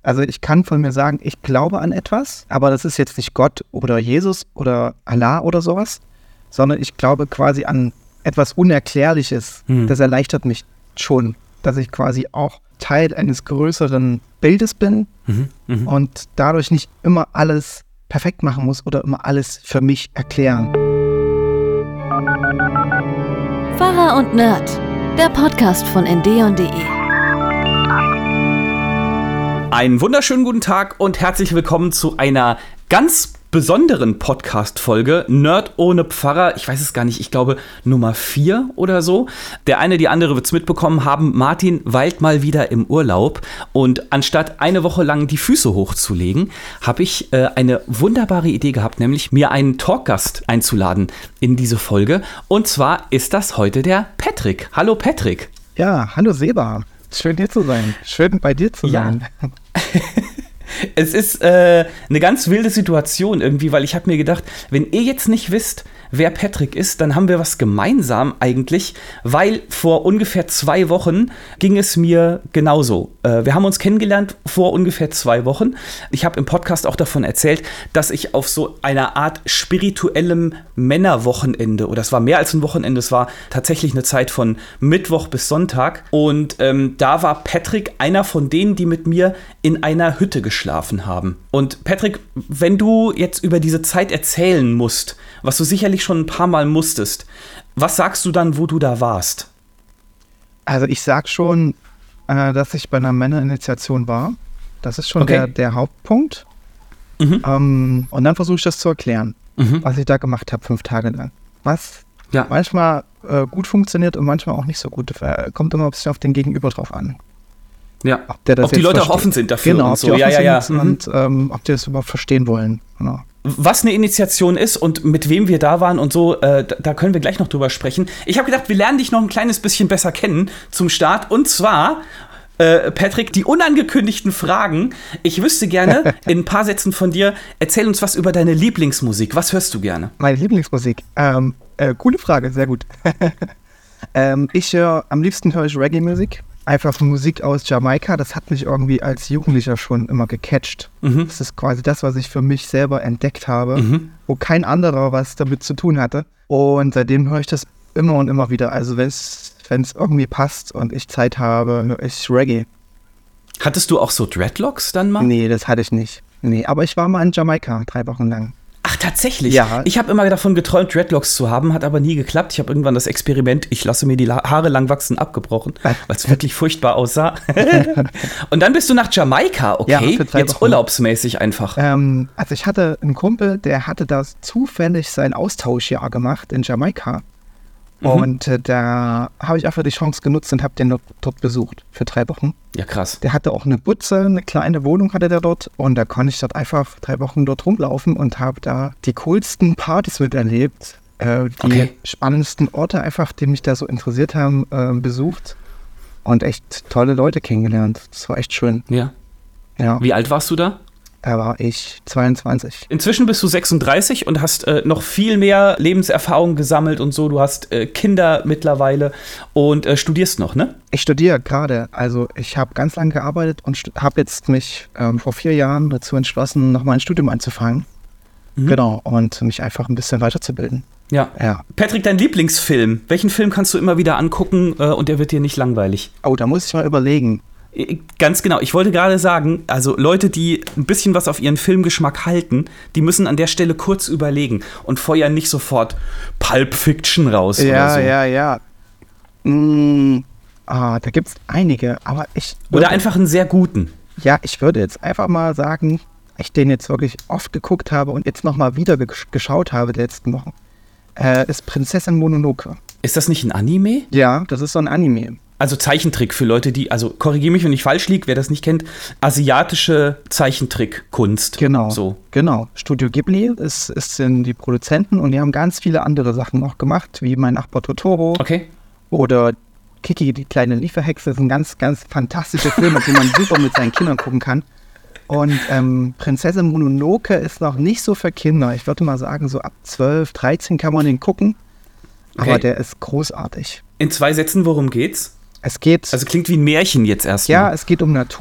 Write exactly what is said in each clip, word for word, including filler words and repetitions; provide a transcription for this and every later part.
Also ich kann von mir sagen, ich glaube an etwas, aber das ist jetzt nicht Gott oder Jesus oder Allah oder sowas, sondern ich glaube quasi an etwas Unerklärliches. Hm. Das erleichtert mich schon, dass ich quasi auch Teil eines größeren Bildes bin mhm, mh. und dadurch nicht immer alles perfekt machen muss oder immer alles für mich erklären. Pfarrer und Nerd, der Podcast von n d und d e. Einen wunderschönen guten Tag und herzlich willkommen zu einer ganz besonderen Podcast-Folge Nerd ohne Pfarrer. Ich weiß es gar nicht, ich glaube Nummer vier oder so. Der eine, die andere wird es mitbekommen haben. Martin weilt mal wieder im Urlaub und anstatt eine Woche lang die Füße hochzulegen, habe ich äh, eine wunderbare Idee gehabt, nämlich mir einen Talkgast einzuladen in diese Folge. Und zwar ist das heute der Patrick. Hallo Patrick. Ja, hallo Seba. Schön hier zu sein. Schön bei dir zu ja. sein. Es ist äh, eine ganz wilde Situation irgendwie, weil ich habe mir gedacht, wenn ihr jetzt nicht wisst, wer Patrick ist, dann haben wir was gemeinsam eigentlich, weil vor ungefähr zwei Wochen ging es mir genauso. Äh, wir haben uns kennengelernt vor ungefähr zwei Wochen. Ich habe im Podcast auch davon erzählt, dass ich auf so einer Art spirituellem Männerwochenende, oder es war mehr als ein Wochenende, es war tatsächlich eine Zeit von Mittwoch bis Sonntag und ähm, da war Patrick einer von denen, die mit mir in einer Hütte geschlafen haben. Und Patrick, wenn du jetzt über diese Zeit erzählen musst, was du sicherlich schon ein paar Mal musstest, was sagst du dann, wo du da warst? Also ich sag schon, äh, dass ich bei einer Männerinitiation war. Das ist schon okay. der, der Hauptpunkt. Mhm. Ähm, und dann versuche ich das zu erklären, mhm. was ich da gemacht habe, fünf Tage lang. Was ja. manchmal äh, gut funktioniert und manchmal auch nicht so gut. Äh, kommt immer ein bisschen auf den Gegenüber drauf an. Ja, ob, der das ob die Leute versteht. auch offen sind dafür genau, und ob so. Die ja, ja, ja. sind und ähm, ob die das überhaupt verstehen wollen. Genau. Was eine Initiation ist und mit wem wir da waren und so, äh, da, da können wir gleich noch drüber sprechen. Ich habe gedacht, wir lernen dich noch ein kleines bisschen besser kennen zum Start. Und zwar, äh, Patrick, die unangekündigten Fragen. Ich wüsste gerne, in ein paar Sätzen von dir, erzähl uns was über deine Lieblingsmusik. Was hörst du gerne? Meine Lieblingsmusik? Ähm, äh, coole Frage, sehr gut. ähm, ich höre, am liebsten höre ich Reggae-Musik. Einfach Musik aus Jamaika, das hat mich irgendwie als Jugendlicher schon immer gecatcht. Mhm. Das ist quasi das, was ich für mich selber entdeckt habe, mhm. wo kein anderer was damit zu tun hatte. Und seitdem höre ich das immer und immer wieder. Also wenn es irgendwie passt und ich Zeit habe, höre ich Reggae. Hattest du auch so Dreadlocks dann mal? Nee, das hatte ich nicht. Nee, aber ich war mal in Jamaika, drei Wochen lang. Ach, tatsächlich? Ja. Ich habe immer davon geträumt, Dreadlocks zu haben, hat aber nie geklappt. Ich habe irgendwann das Experiment, ich lasse mir die Haare lang wachsen, abgebrochen, weil es wirklich furchtbar aussah. Und dann bist du nach Jamaika, okay? Ja, jetzt Wochen. Urlaubsmäßig einfach. Ähm, also ich hatte einen Kumpel, der hatte das zufällig sein Austauschjahr gemacht in Jamaika. Mhm. Und äh, da habe ich einfach die Chance genutzt und habe den dort, dort besucht für drei Wochen. Ja, krass. Der hatte auch eine Butze, eine kleine Wohnung hatte der dort. Und da konnte ich dort einfach drei Wochen dort rumlaufen und habe da die coolsten Partys miterlebt. Äh, die okay. spannendsten Orte einfach, die mich da so interessiert haben, äh, besucht. Und echt tolle Leute kennengelernt. Das war echt schön. Ja. Ja. Wie alt warst du da? Da war ich zweiundzwanzig. Inzwischen bist du sechsunddreißig und hast äh, noch viel mehr Lebenserfahrung gesammelt und so. Du hast äh, Kinder mittlerweile und äh, studierst noch, ne? Ich studiere gerade. Also ich habe ganz lange gearbeitet und stu- habe jetzt mich ähm, vor vier Jahren dazu entschlossen, noch mal ein Studium anzufangen. Mhm. Genau, und mich einfach ein bisschen weiterzubilden. Ja. ja. Patrick, dein Lieblingsfilm. Welchen Film kannst du immer wieder angucken äh, und der wird dir nicht langweilig? Oh, da muss ich mal überlegen. Ganz genau. Ich wollte gerade sagen, also Leute, die ein bisschen was auf ihren Filmgeschmack halten, die müssen an der Stelle kurz überlegen und feuern nicht sofort Pulp Fiction raus ja, oder so. Ja, ja, ja. Mm, ah, da gibt's einige, aber ich... Würde, oder einfach einen sehr guten. Ja, ich würde jetzt einfach mal sagen, ich den jetzt wirklich oft geguckt habe und jetzt noch mal wieder ge- geschaut habe die letzten Wochen, äh, ist Prinzessin Mononoke. Ist das nicht ein Anime? Ja, das ist so ein Anime. Also Zeichentrick für Leute, die, also korrigiere mich, wenn ich falsch liege, wer das nicht kennt, asiatische Zeichentrickkunst. Genau, so. genau. Studio Ghibli ist, ist sind die Produzenten und die haben ganz viele andere Sachen noch gemacht, wie Mein Nachbar Totoro. Okay. Oder Kiki, die kleine Lieferhexe. Das sind ganz, ganz fantastische Filme, die man super mit seinen Kindern gucken kann. Und ähm, Prinzessin Mononoke ist noch nicht so für Kinder. Ich würde mal sagen, so ab zwölf, dreizehn kann man den gucken. Okay. Aber der ist großartig. In zwei Sätzen, worum geht's? Es geht... Also klingt wie ein Märchen jetzt erstmal. Ja, es geht um Natur.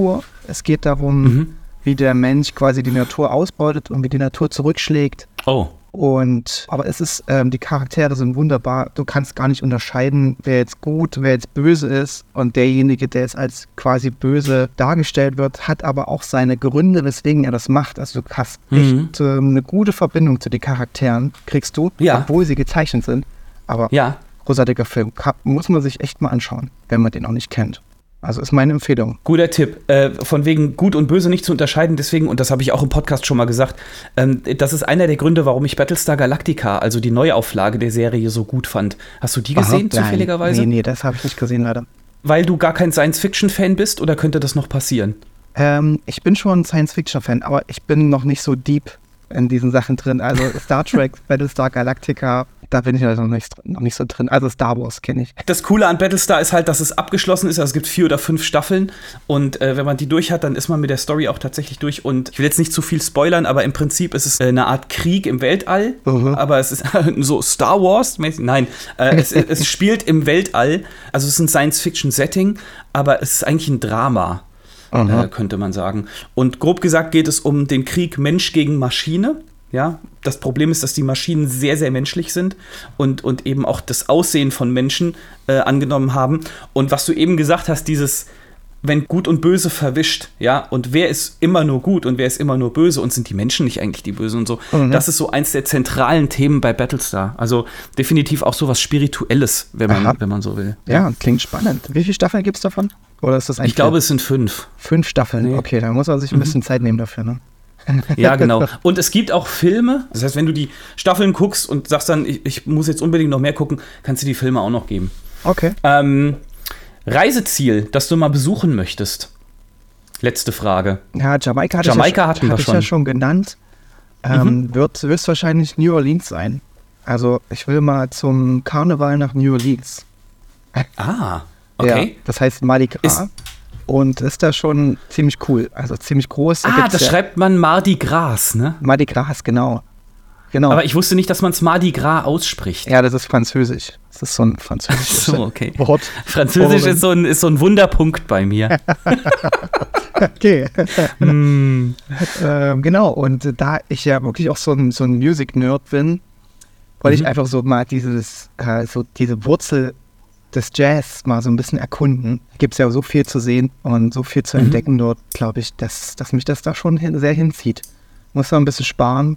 Es geht darum, mhm. wie der Mensch quasi die Natur ausbeutet und wie die Natur zurückschlägt. Oh. Und, aber es ist, ähm, die Charaktere sind wunderbar. Du kannst gar nicht unterscheiden, wer jetzt gut, wer jetzt böse ist. Und derjenige, der jetzt als quasi böse dargestellt wird, hat aber auch seine Gründe, weswegen er das macht. Also du hast mhm. echt ähm, eine gute Verbindung zu den Charakteren, kriegst du, ja. obwohl sie gezeichnet sind. Aber ja. großartiger Film. Muss man sich echt mal anschauen, wenn man den auch nicht kennt. Also ist meine Empfehlung. Guter Tipp. Äh, von wegen gut und böse nicht zu unterscheiden. Deswegen, und das habe ich auch im Podcast schon mal gesagt, ähm, das ist einer der Gründe, warum ich Battlestar Galactica, also die Neuauflage der Serie, so gut fand. Hast du die gesehen, Aha, zufälligerweise? Nee, nee, das habe ich nicht gesehen, leider. Weil du gar kein Science-Fiction-Fan bist, oder könnte das noch passieren? Ähm, ich bin schon ein Science-Fiction-Fan, aber ich bin noch nicht so deep in diesen Sachen drin. Also Star Trek, Battlestar Galactica, da bin ich also noch nicht, noch nicht so drin. Also Star Wars kenne ich. Das Coole an Battlestar ist halt, dass es abgeschlossen ist. Also es gibt vier oder fünf Staffeln. Und äh, wenn man die durch hat, dann ist man mit der Story auch tatsächlich durch. Und ich will jetzt nicht zu viel spoilern, aber im Prinzip ist es äh, eine Art Krieg im Weltall. Uh-huh. Aber es ist so Star Wars-mäßig. Nein, äh, es, es spielt im Weltall. Also es ist ein Science-Fiction-Setting, aber es ist eigentlich ein Drama. Äh, könnte man sagen. Und grob gesagt geht es um den Krieg Mensch gegen Maschine. Ja, das Problem ist, dass die Maschinen sehr, sehr menschlich sind und, und eben auch das Aussehen von Menschen äh, angenommen haben. Und was du eben gesagt hast, dieses, wenn Gut und Böse verwischt, ja, und wer ist immer nur gut und wer ist immer nur böse und sind die Menschen nicht eigentlich die Bösen und so, mhm. das ist so eins der zentralen Themen bei Battlestar. Also definitiv auch so was Spirituelles, wenn man, wenn man so will. Ja, klingt spannend. Wie viele Staffeln gibt es davon? Oder ist das ein Ich glaube, es sind fünf. Fünf Staffeln, nee. Okay, da muss man sich ein bisschen mhm. Zeit nehmen dafür, ne? Ja, genau. Und es gibt auch Filme, das heißt, wenn du die Staffeln guckst und sagst dann, ich, ich muss jetzt unbedingt noch mehr gucken, kannst du die Filme auch noch geben. Okay. Ähm, Reiseziel, das du mal besuchen möchtest. Letzte Frage. Ja, Jamaika hatte Jamaika ich, ja, hatten wir hatte schon. ich ja schon genannt. Ähm, mhm. Wird höchstwahrscheinlich New Orleans sein. Also ich will mal zum Karneval nach New Orleans. Ah, okay. Ja, das heißt Mardi Gras. Ist Und ist da schon ziemlich cool, also ziemlich groß. Da ah, das ja schreibt man Mardi Gras, ne? Mardi Gras, genau. genau. Aber ich wusste nicht, dass man es Mardi Gras ausspricht. Ja, das ist französisch. Das ist so ein französisches so, okay. Wort. Französisch ist so, ein, ist so ein Wunderpunkt bei mir. Okay. mm. ähm, genau, und da ich ja wirklich auch so ein, so ein Music-Nerd bin, wollte mhm. ich einfach so mal dieses, äh, so diese Wurzel des Jazz mal so ein bisschen erkunden. Da gibt es ja so viel zu sehen und so viel zu mhm. entdecken dort, glaube ich, dass, dass mich das da schon hin, sehr hinzieht. Muss man ein bisschen sparen,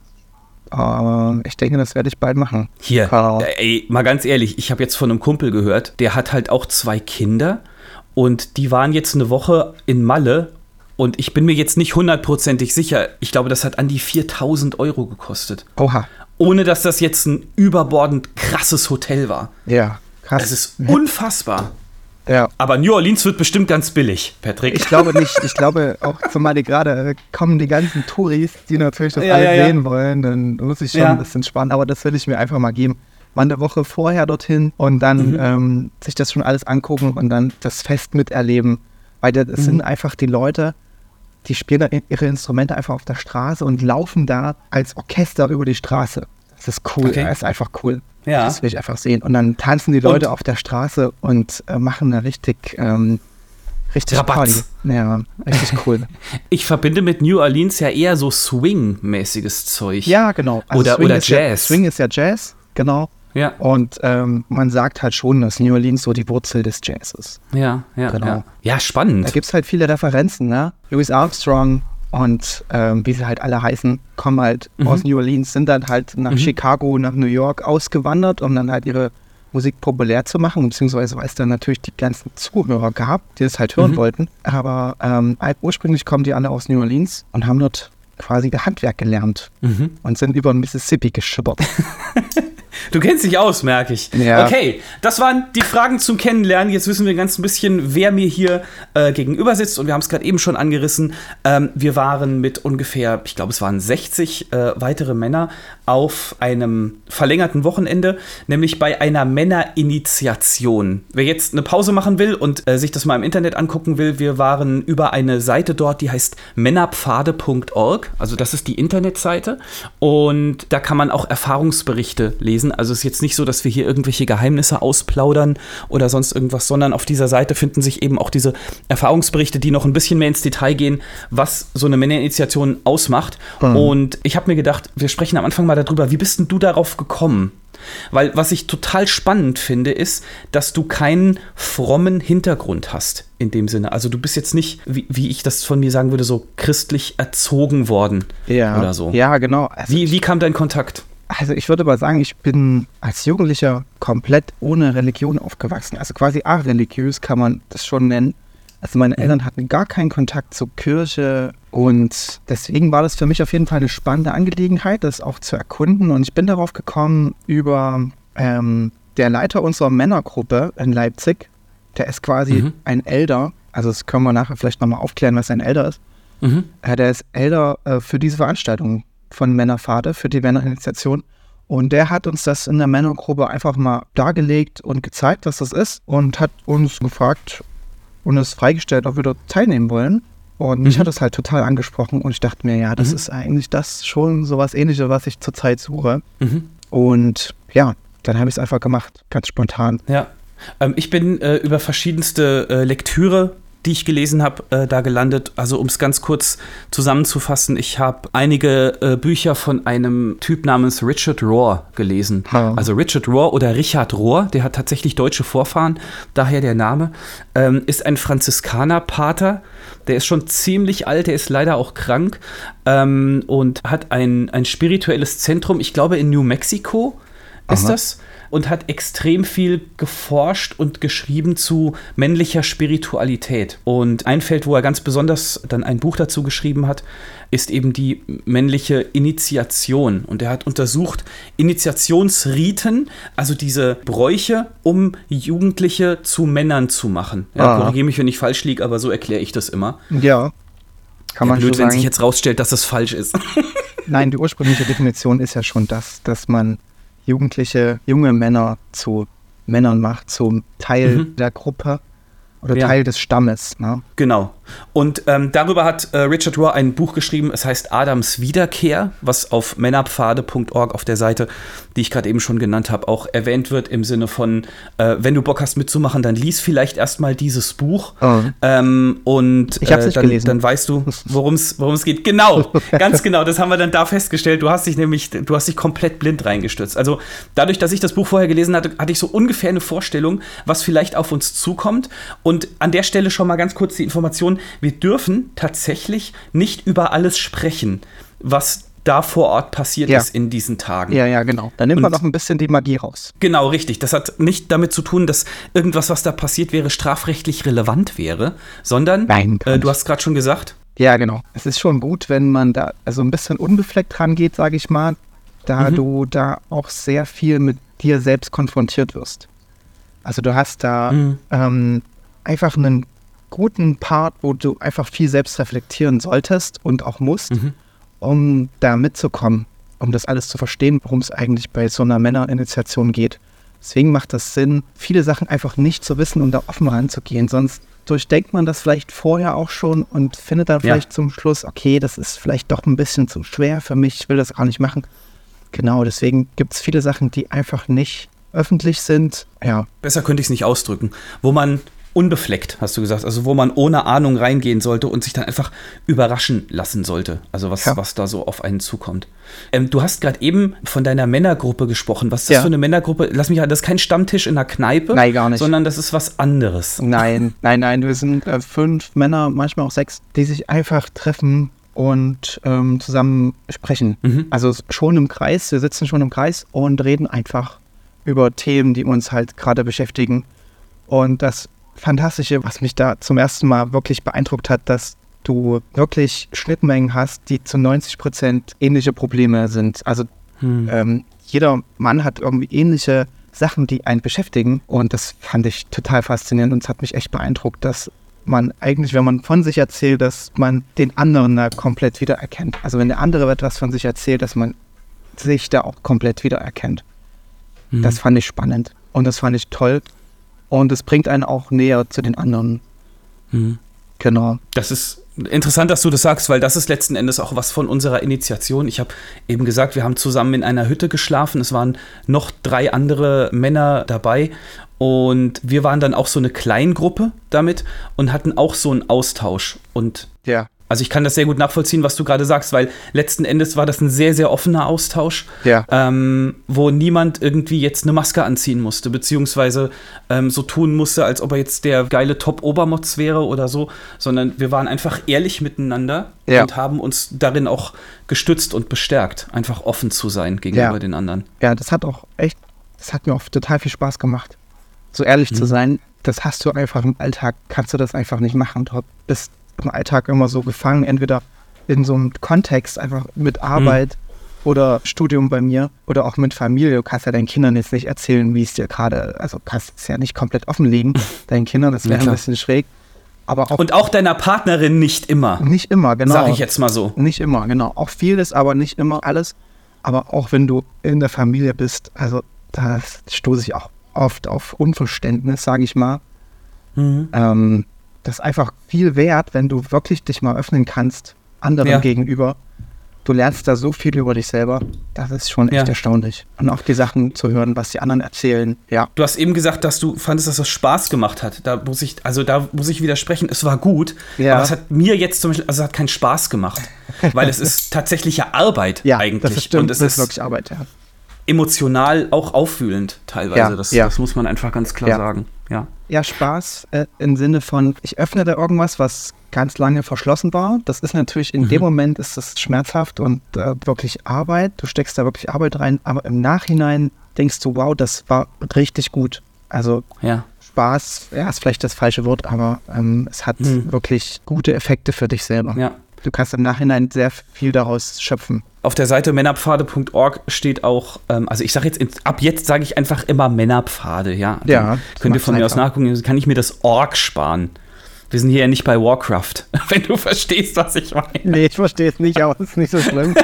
aber ich denke, das werde ich bald machen. Hier, äh, ey, mal ganz ehrlich, ich habe jetzt von einem Kumpel gehört, der hat halt auch zwei Kinder und die waren jetzt eine Woche in Malle und ich bin mir jetzt nicht hundertprozentig sicher, ich glaube, das hat an die viertausend Euro gekostet. Oha. Ohne, dass das jetzt ein überbordend krasses Hotel war. Ja. Krass. Es ist unfassbar. Ja. Aber New Orleans wird bestimmt ganz billig, Patrick. Ich glaube nicht. Ich glaube auch zumal die gerade kommen die ganzen Touris, die natürlich das ja, alles ja, sehen ja. wollen. Dann muss ich schon ja. ein bisschen sparen. Aber das will ich mir einfach mal geben. Mal eine Woche vorher dorthin und dann mhm. ähm, sich das schon alles angucken und dann das Fest miterleben. Weil das mhm. sind einfach die Leute, die spielen ihre Instrumente einfach auf der Straße und laufen da als Orchester über die Straße. Das ist cool. Okay. Das ist einfach cool. Ja. Das will ich einfach sehen. Und dann tanzen die Leute und auf der Straße und äh, machen eine richtig, ähm, richtig Party. Ja, richtig cool. Ich verbinde mit New Orleans ja eher so Swing-mäßiges Zeug. Ja, genau. Also oder Swing oder Jazz. Ja, Swing ist ja Jazz, genau. Ja. Und ähm, man sagt halt schon, dass New Orleans so die Wurzel des Jazz ist. Ja, ja, genau. ja. Ja, spannend. Da gibt es halt viele Referenzen, ne? Louis Armstrong und ähm, wie sie halt alle heißen, kommen halt mhm. aus New Orleans, sind dann halt nach mhm. Chicago, nach New York ausgewandert, um dann halt ihre Musik populär zu machen, beziehungsweise weil es dann natürlich die ganzen Zuhörer gab, die das halt hören mhm. wollten. Aber ähm, ursprünglich kommen die alle aus New Orleans und haben dort quasi Handwerk gelernt mhm. und sind über den Mississippi geschippert. Du kennst dich aus, merke ich. Ja. Okay, das waren die Fragen zum Kennenlernen. Jetzt wissen wir ganz ein bisschen, wer mir hier äh, gegenüber sitzt. Und wir haben es gerade eben schon angerissen. Ähm, wir waren mit ungefähr, ich glaube, es waren sechzig äh, weitere Männer auf einem verlängerten Wochenende, nämlich bei einer Männerinitiation. Wer jetzt eine Pause machen will und äh, sich das mal im Internet angucken will, wir waren über eine Seite dort, die heißt männerpfade punkt org. Also das ist die Internetseite. Und da kann man auch Erfahrungsberichte lesen. gelesen. Also es ist jetzt nicht so, dass wir hier irgendwelche Geheimnisse ausplaudern oder sonst irgendwas, sondern auf dieser Seite finden sich eben auch diese Erfahrungsberichte, die noch ein bisschen mehr ins Detail gehen, was so eine Männerinitiation ausmacht. Mhm. Und ich habe mir gedacht, wir sprechen am Anfang mal darüber, wie bist denn du darauf gekommen? Weil was ich total spannend finde, ist, dass du keinen frommen Hintergrund hast in dem Sinne. Also du bist jetzt nicht, wie, wie ich das von mir sagen würde, so christlich erzogen worden ja, oder so. Ja, genau. Also wie, wie kam dein Kontakt? Also ich würde mal sagen, ich bin als Jugendlicher komplett ohne Religion aufgewachsen. Also quasi areligiös kann man das schon nennen. Also meine Eltern hatten gar keinen Kontakt zur Kirche und deswegen war das für mich auf jeden Fall eine spannende Angelegenheit, das auch zu erkunden. Und ich bin darauf gekommen über ähm, der Leiter unserer Männergruppe in Leipzig. Der ist quasi mhm. ein Elder, also das können wir nachher vielleicht nochmal aufklären, was ein Elder ist. Mhm. Äh, der ist Elder äh, für diese Veranstaltung von Männerpfade, für die Männerinitiation. Und der hat uns das in der Männergruppe einfach mal dargelegt und gezeigt, was das ist und hat uns gefragt, und es freigestellt, ob wir dort teilnehmen wollen. Und mich mhm. hat das halt total angesprochen und ich dachte mir, ja, das mhm. ist eigentlich das schon sowas Ähnliches, was ich zurzeit suche. Mhm. Und ja, dann habe ich es einfach gemacht, ganz spontan. Ja, ähm, ich bin äh, über verschiedenste äh, Lektüre, die ich gelesen habe, äh, da gelandet. Also um es ganz kurz zusammenzufassen, ich habe einige äh, Bücher von einem Typ namens Richard Rohr gelesen. Oh. Also Richard Rohr oder Richard Rohr, der hat tatsächlich deutsche Vorfahren, daher der Name, ähm, ist ein Franziskanerpater. Der ist schon ziemlich alt, der ist leider auch krank ähm, und hat ein, ein spirituelles Zentrum, ich glaube in New Mexico ist Aha. das. Und hat extrem viel geforscht und geschrieben zu männlicher Spiritualität. Und ein Feld, wo er ganz besonders dann ein Buch dazu geschrieben hat, ist eben die männliche Initiation. Und er hat untersucht Initiationsriten, also diese Bräuche, um Jugendliche zu Männern zu machen. Ja, korrigiere mich, wenn ich falsch liege, aber so erkläre ich das immer. Ja, kann man ja, blöd, so wenn sagen. sich jetzt rausstellt, dass es falsch ist. Nein, die ursprüngliche Definition ist ja schon das, dass man Jugendliche, junge Männer zu Männern macht, zum Teil mhm. der Gruppe oder ja. Teil des Stammes. Ne? Genau. Und ähm, darüber hat äh, Richard Rohr ein Buch geschrieben, es heißt Adams Wiederkehr, was auf männerpfade punkt org auf der Seite, die ich gerade eben schon genannt habe, auch erwähnt wird im Sinne von, äh, wenn du Bock hast mitzumachen, dann lies vielleicht erstmal dieses Buch oh. ähm, und ich hab's nicht äh, dann, gelesen. dann weißt du, worum es geht. Genau, ganz genau, das haben wir dann da festgestellt. Du hast dich nämlich, du hast dich komplett blind reingestürzt. Also dadurch, dass ich das Buch vorher gelesen hatte, hatte ich so ungefähr eine Vorstellung, was vielleicht auf uns zukommt. Und an der Stelle schon mal ganz kurz die Information, wir dürfen tatsächlich nicht über alles sprechen, was da vor Ort passiert ja. ist in diesen Tagen. Ja, ja, genau. Da nimmt man noch ein bisschen die Magie raus. Genau, richtig. Das hat nicht damit zu tun, dass irgendwas, was da passiert wäre, strafrechtlich relevant wäre, sondern, Nein, äh, du hast gerade schon gesagt. Ja, genau. Es ist schon gut, wenn man da also ein bisschen unbefleckt rangeht, sage ich mal, da mhm. du da auch sehr viel mit dir selbst konfrontiert wirst. Also du hast da mhm. ähm, einfach einen guten Part, wo du einfach viel selbst reflektieren solltest und auch musst, mhm. um da mitzukommen, um das alles zu verstehen, worum es eigentlich bei so einer Männerinitiation geht. Deswegen macht das Sinn, viele Sachen einfach nicht zu wissen, um da offen ranzugehen. Sonst durchdenkt man das vielleicht vorher auch schon und findet dann vielleicht ja. zum Schluss, okay, das ist vielleicht doch ein bisschen zu schwer für mich, ich will das gar nicht machen. Genau, deswegen gibt es viele Sachen, die einfach nicht öffentlich sind. Ja. Besser könnte ich es nicht ausdrücken. Wo man unbefleckt, hast du gesagt, also wo man ohne Ahnung reingehen sollte und sich dann einfach überraschen lassen sollte, also was, ja. was da so auf einen zukommt. Ähm, du hast gerade eben von deiner Männergruppe gesprochen. Was ist das ja. für eine Männergruppe? Lass mich, das ist kein Stammtisch in der Kneipe, nein, gar nicht. Sondern das ist was anderes. Nein, nein, nein, wir sind äh, fünf Männer, manchmal auch sechs, die sich einfach treffen und ähm, zusammen sprechen. Mhm. Also schon im Kreis, wir sitzen schon im Kreis und reden einfach über Themen, die uns halt gerade beschäftigen. Und das Fantastische, was mich da zum ersten Mal wirklich beeindruckt hat, dass du wirklich Schnittmengen hast, die zu neunzig Prozent ähnliche Probleme sind. Also hm. ähm, jeder Mann hat irgendwie ähnliche Sachen, die einen beschäftigen und das fand ich total faszinierend und es hat mich echt beeindruckt, dass man eigentlich, wenn man von sich erzählt, dass man den anderen da komplett wiedererkennt. Also wenn der andere etwas von sich erzählt, dass man sich da auch komplett wiedererkennt. Hm. Das fand ich spannend und das fand ich toll. Und es bringt einen auch näher zu den anderen. Mhm. Genau. Das ist Interessant, dass du das sagst, weil das ist letzten Endes auch was von unserer Initiation. Ich habe eben gesagt, wir haben zusammen in einer Hütte geschlafen. Es waren noch drei andere Männer dabei. Und wir waren dann auch so eine Kleingruppe damit und hatten auch so einen Austausch. Und Ja. also ich kann das sehr gut nachvollziehen, was du gerade sagst, weil letzten Endes war das ein sehr, sehr offener Austausch, Ja. ähm, wo niemand irgendwie jetzt eine Maske anziehen musste, beziehungsweise ähm, so tun musste, als ob er jetzt der geile Top-Obermotz wäre oder so, sondern wir waren einfach ehrlich miteinander Ja. und haben uns darin auch gestützt und bestärkt, einfach offen zu sein gegenüber Ja. den anderen. Ja, das hat auch echt, das hat mir auch total viel Spaß gemacht. So ehrlich Mhm. zu sein, das hast du einfach im Alltag, kannst du das einfach nicht machen. Du bist im Alltag immer so gefangen, entweder in so einem Kontext, einfach mit Arbeit oder Studium bei mir oder auch mit Familie. Du kannst ja deinen Kindern jetzt nicht erzählen, wie es dir gerade, also kannst es ja nicht komplett offenlegen, deinen Kindern, das Ja, wäre ein klar. bisschen schräg. Aber auch Und auch deiner Partnerin nicht immer, nicht immer, genau. sag ich jetzt mal so. Nicht immer, genau. Auch vieles, aber nicht immer alles. Aber auch wenn du in der Familie bist, also da stoße ich auch oft auf Unverständnis, sage ich mal. Mhm. Ähm, das ist einfach viel wert, wenn du wirklich dich mal öffnen kannst, anderen Ja. gegenüber. Du lernst da so viel über dich selber. Das ist schon echt Ja. erstaunlich. Und auch die Sachen zu hören, was die anderen erzählen. Ja, Du hast eben gesagt, dass du fandest, dass das Spaß gemacht hat. Da muss ich, also da muss ich widersprechen. Es war gut, Ja. aber es hat mir jetzt zum Beispiel, also es hat keinen Spaß gemacht, weil es ist tatsächliche Arbeit ja eigentlich das stimmt. und es das ist ist wirklich Arbeit, ja. emotional auch aufwühlend teilweise. Ja, das, ja. das muss man einfach ganz klar Ja. sagen. Ja. Ja, Spaß äh, im Sinne von, ich öffne da irgendwas, was ganz lange verschlossen war. Das ist natürlich, in Mhm. dem Moment ist das schmerzhaft und äh, wirklich Arbeit. Du steckst da wirklich Arbeit rein, aber im Nachhinein denkst du, wow, das war richtig gut. Also Ja. Spaß, ja, ist vielleicht das falsche Wort, aber ähm, es hat Mhm. wirklich gute Effekte für dich selber. Ja. Du kannst im Nachhinein sehr viel daraus schöpfen. Auf der Seite männerpfade punkt org steht auch, ähm, also ich sage jetzt, in, ab jetzt sage ich einfach immer Männerpfade, ja. Dann Ja, könnt ihr macht's von mir aus einfach. nachgucken, kann ich mir das Org sparen. Wir sind hier ja nicht bei Warcraft, wenn du verstehst, was ich meine. Nee, ich verstehe es nicht, aber es ist nicht so schlimm.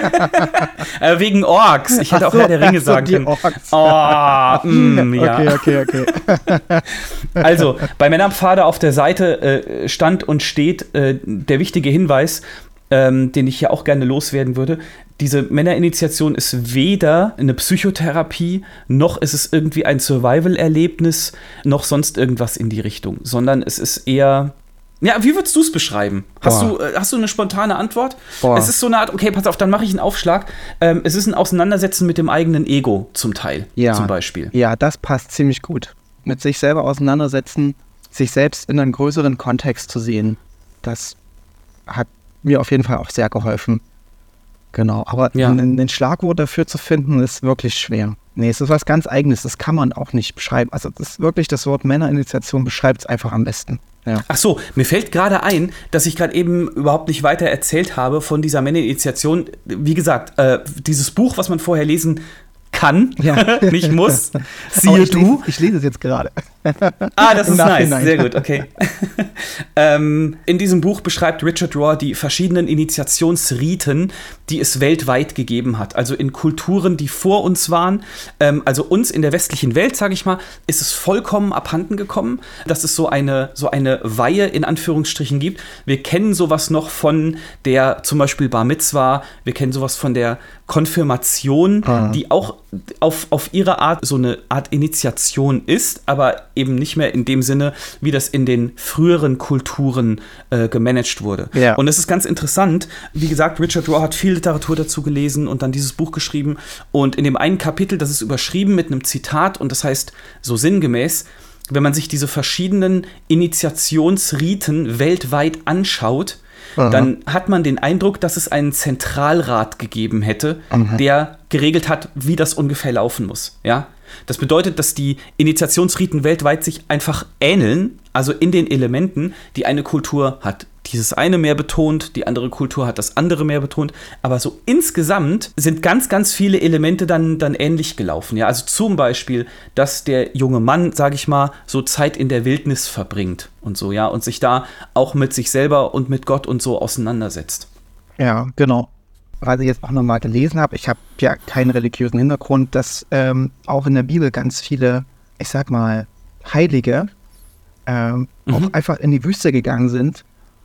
Äh, wegen Orks. Ich hätte Ach auch so, Herr der Ringe ach so, sagen die können. Orks. Oh, mm, ja. Okay, okay, okay. Also, bei Männerpfade auf der Seite äh, stand und steht äh, der wichtige Hinweis, ähm, den ich hier auch gerne loswerden würde. Diese Männerinitiation ist weder eine Psychotherapie, noch ist es irgendwie ein Survival-Erlebnis, noch sonst irgendwas in die Richtung, sondern es ist eher. Ja, wie würdest du es beschreiben? Hast Boah. du, äh, hast du eine spontane Antwort? Boah. Es ist so eine Art, okay, pass auf, dann mache ich einen Aufschlag. Ähm, es ist ein Auseinandersetzen mit dem eigenen Ego zum Teil, Ja. zum Beispiel. Ja, das passt ziemlich gut. Mit sich selber auseinandersetzen, sich selbst in einem größeren Kontext zu sehen, das hat mir auf jeden Fall auch sehr geholfen. Genau, aber Ja. ein, ein Schlagwort dafür zu finden, ist wirklich schwer. Nee, es ist was ganz Eigenes, das kann man auch nicht beschreiben. Also das ist wirklich, das Wort Männerinitiation beschreibt es einfach am besten. Ja. Ach so, mir fällt gerade ein, dass ich gerade eben überhaupt nicht weiter erzählt habe von dieser Männerinitiation. Wie gesagt, äh, dieses Buch, was man vorher lesen kann, Ja. nicht muss, Aber siehe ich du. Lese, ich lese es jetzt gerade. Ah, das Im ist nice, Nachhinein. sehr gut, okay. ähm, in diesem Buch beschreibt Richard Rohr die verschiedenen Initiationsriten, die es weltweit gegeben hat. Also in Kulturen, die vor uns waren, ähm, also uns in der westlichen Welt, sage ich mal, ist es vollkommen abhanden gekommen, dass es so eine, so eine Weihe in Anführungsstrichen gibt. Wir kennen sowas noch von der zum Beispiel Bar Mitzwa, wir kennen sowas von der Konfirmation, Ah. die auch auf, auf ihre Art so eine Art Initiation ist, aber eben nicht mehr in dem Sinne, wie das in den früheren Kulturen äh, gemanagt wurde. Ja. Und es ist ganz interessant, wie gesagt, Richard Rohr hat viel Literatur dazu gelesen und dann dieses Buch geschrieben und in dem einen Kapitel, das ist überschrieben mit einem Zitat und das heißt so sinngemäß, wenn man sich diese verschiedenen Initiationsriten weltweit anschaut, Aha. dann hat man den Eindruck, dass es einen Zentralrat gegeben hätte, Aha. der geregelt hat, wie das ungefähr laufen muss. Ja? Das bedeutet, dass die Initiationsriten weltweit sich einfach ähneln, also in den Elementen. Die eine Kultur hat dieses eine mehr betont, die andere Kultur hat das andere mehr betont, aber so insgesamt sind ganz, ganz viele Elemente dann, dann ähnlich gelaufen. Ja? Also zum Beispiel, dass der junge Mann, sage ich mal, so Zeit in der Wildnis verbringt und so, ja, und sich da auch mit sich selber und mit Gott und so auseinandersetzt. Ja, genau. Was ich jetzt auch nochmal gelesen habe, ich habe ja keinen religiösen Hintergrund, dass ähm, auch in der Bibel ganz viele, ich sag mal, Heilige ähm, Mhm. auch einfach in die Wüste gegangen sind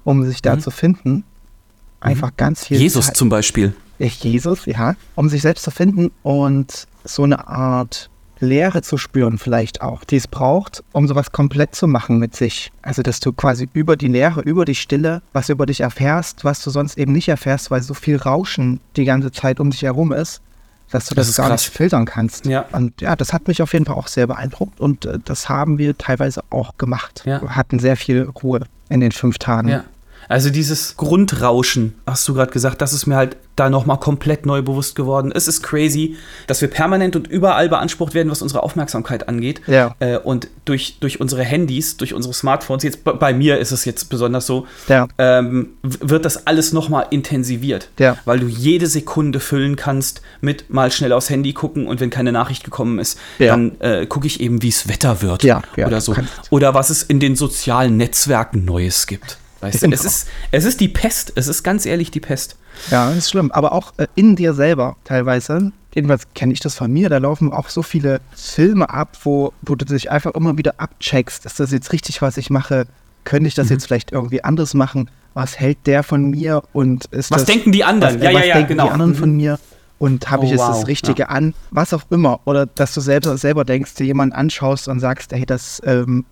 um sich da mhm. zu finden. Einfach mhm. ganz viel Jesus Zeit. zum Beispiel. Jesus, ja. Um sich selbst zu finden und so eine Art Leere zu spüren vielleicht auch, die es braucht, um sowas komplett zu machen mit sich. Also, dass du quasi über die Leere, über die Stille, was über dich erfährst, was du sonst eben nicht erfährst, weil so viel Rauschen die ganze Zeit um dich herum ist, dass du das, das gar krass. nicht filtern kannst. Ja. Und ja, das hat mich auf jeden Fall auch sehr beeindruckt und äh, das haben wir teilweise auch gemacht. Ja. Wir hatten sehr viel Ruhe in den fünf Tagen. Ja. Also dieses Grundrauschen, hast du gerade gesagt, das ist mir halt da nochmal komplett neu bewusst geworden. Es ist crazy, dass wir permanent und überall beansprucht werden, was unsere Aufmerksamkeit angeht. Ja. Äh, und durch, durch unsere Handys, durch unsere Smartphones, jetzt bei, bei mir ist es jetzt besonders so, ja. ähm, wird das alles nochmal intensiviert. Ja. Weil du jede Sekunde füllen kannst mit mal schnell aufs Handy gucken und wenn keine Nachricht gekommen ist, ja. dann äh, gucke ich eben, wie es Wetter wird ja. Ja. oder so. Oder was es in den sozialen Netzwerken Neues gibt. Weißt du, es ist, es ist die Pest, es ist ganz ehrlich die Pest. Ja, das ist schlimm, aber auch äh, in dir selber teilweise, jedenfalls kenne ich das von mir, da laufen auch so viele Filme ab, wo, wo du dich einfach immer wieder abcheckst, ist das jetzt richtig, was ich mache, könnte ich das mhm. jetzt vielleicht irgendwie anders machen, was hält der von mir und ist was das, denken die anderen, was, ja, was ja, ja, denken genau. die anderen mhm. von mir und habe oh, ich jetzt wow. das Richtige ja. an, was auch immer, oder dass du selber, selber denkst, dir jemanden anschaust und sagst, hey, das ähm,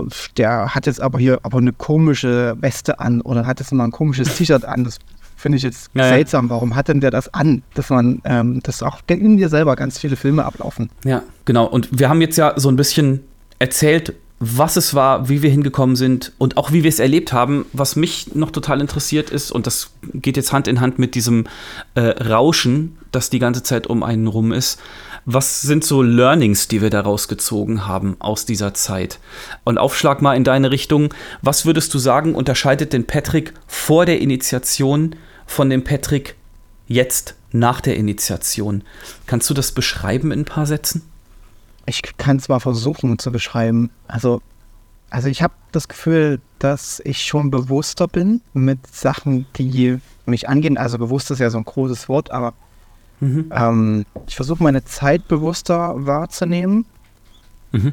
der hat jetzt aber hier aber eine komische Weste an oder hat jetzt mal ein komisches T-Shirt an. Das finde ich jetzt ja, seltsam. Warum hat denn der das an? Dass man, ähm, dass auch in dir selber ganz viele Filme ablaufen. Ja, genau. Und wir haben jetzt ja so ein bisschen erzählt, was es war, wie wir hingekommen sind und auch wie wir es erlebt haben. Was mich noch total interessiert ist, und das geht jetzt Hand in Hand mit diesem äh, Rauschen, das die ganze Zeit um einen rum ist. Was sind so Learnings, die wir daraus gezogen haben aus dieser Zeit? Und Aufschlag mal in deine Richtung. Was würdest du sagen, unterscheidet den Patrick vor der Initiation von dem Patrick jetzt nach der Initiation? Kannst du das beschreiben in ein paar Sätzen? Ich kann es mal versuchen zu beschreiben. Also, also ich habe das Gefühl, dass ich schon bewusster bin mit Sachen, die mich angehen. Also bewusst ist ja so ein großes Wort, aber Mhm. Ähm, ich versuche meine Zeit bewusster wahrzunehmen. Mhm.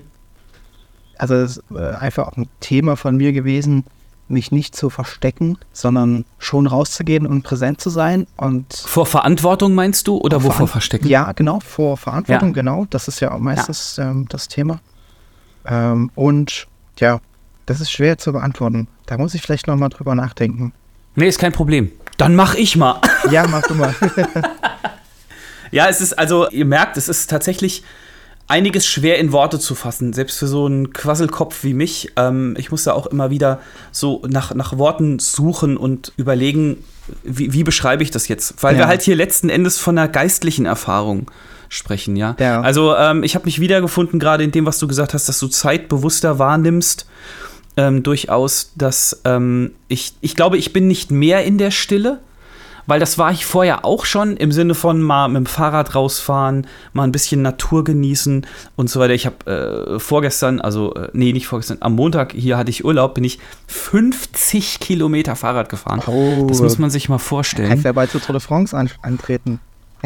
Also es ist äh, einfach auch ein Thema von mir gewesen, mich nicht zu verstecken, sondern schon rauszugehen und präsent zu sein. Und vor Verantwortung meinst du oder wovor verstecken? Ja, genau, vor Verantwortung, ja. genau. Das ist ja meistens ja. Ähm, das Thema. Ähm, und ja, das ist schwer zu beantworten. Da muss ich vielleicht nochmal drüber nachdenken. Nee, ist kein Problem. Dann mach ich mal. Ja, mach du mal. Ja, es ist, also ihr merkt, es ist tatsächlich einiges schwer in Worte zu fassen, selbst für so einen Quasselkopf wie mich. Ähm, ich muss da auch immer wieder so nach, nach Worten suchen und überlegen, wie, wie beschreibe ich das jetzt? Weil ja. wir halt hier letzten Endes von einer geistlichen Erfahrung sprechen, ja. ja. Also ähm, ich habe mich wiedergefunden, gerade in dem, was du gesagt hast, dass du Zeit bewusster wahrnimmst. Ähm, durchaus, dass ähm, ich, ich glaube, ich bin nicht mehr in der Stille, weil das war ich vorher auch schon, im Sinne von mal mit dem Fahrrad rausfahren, mal ein bisschen Natur genießen und so weiter. Ich habe äh, vorgestern, also, äh, nee, nicht vorgestern, am Montag, hier hatte ich Urlaub, bin ich fünfzig Kilometer Fahrrad gefahren. Oh. Das muss man sich mal vorstellen. Kannst ja bald zur Tour de France an- antreten.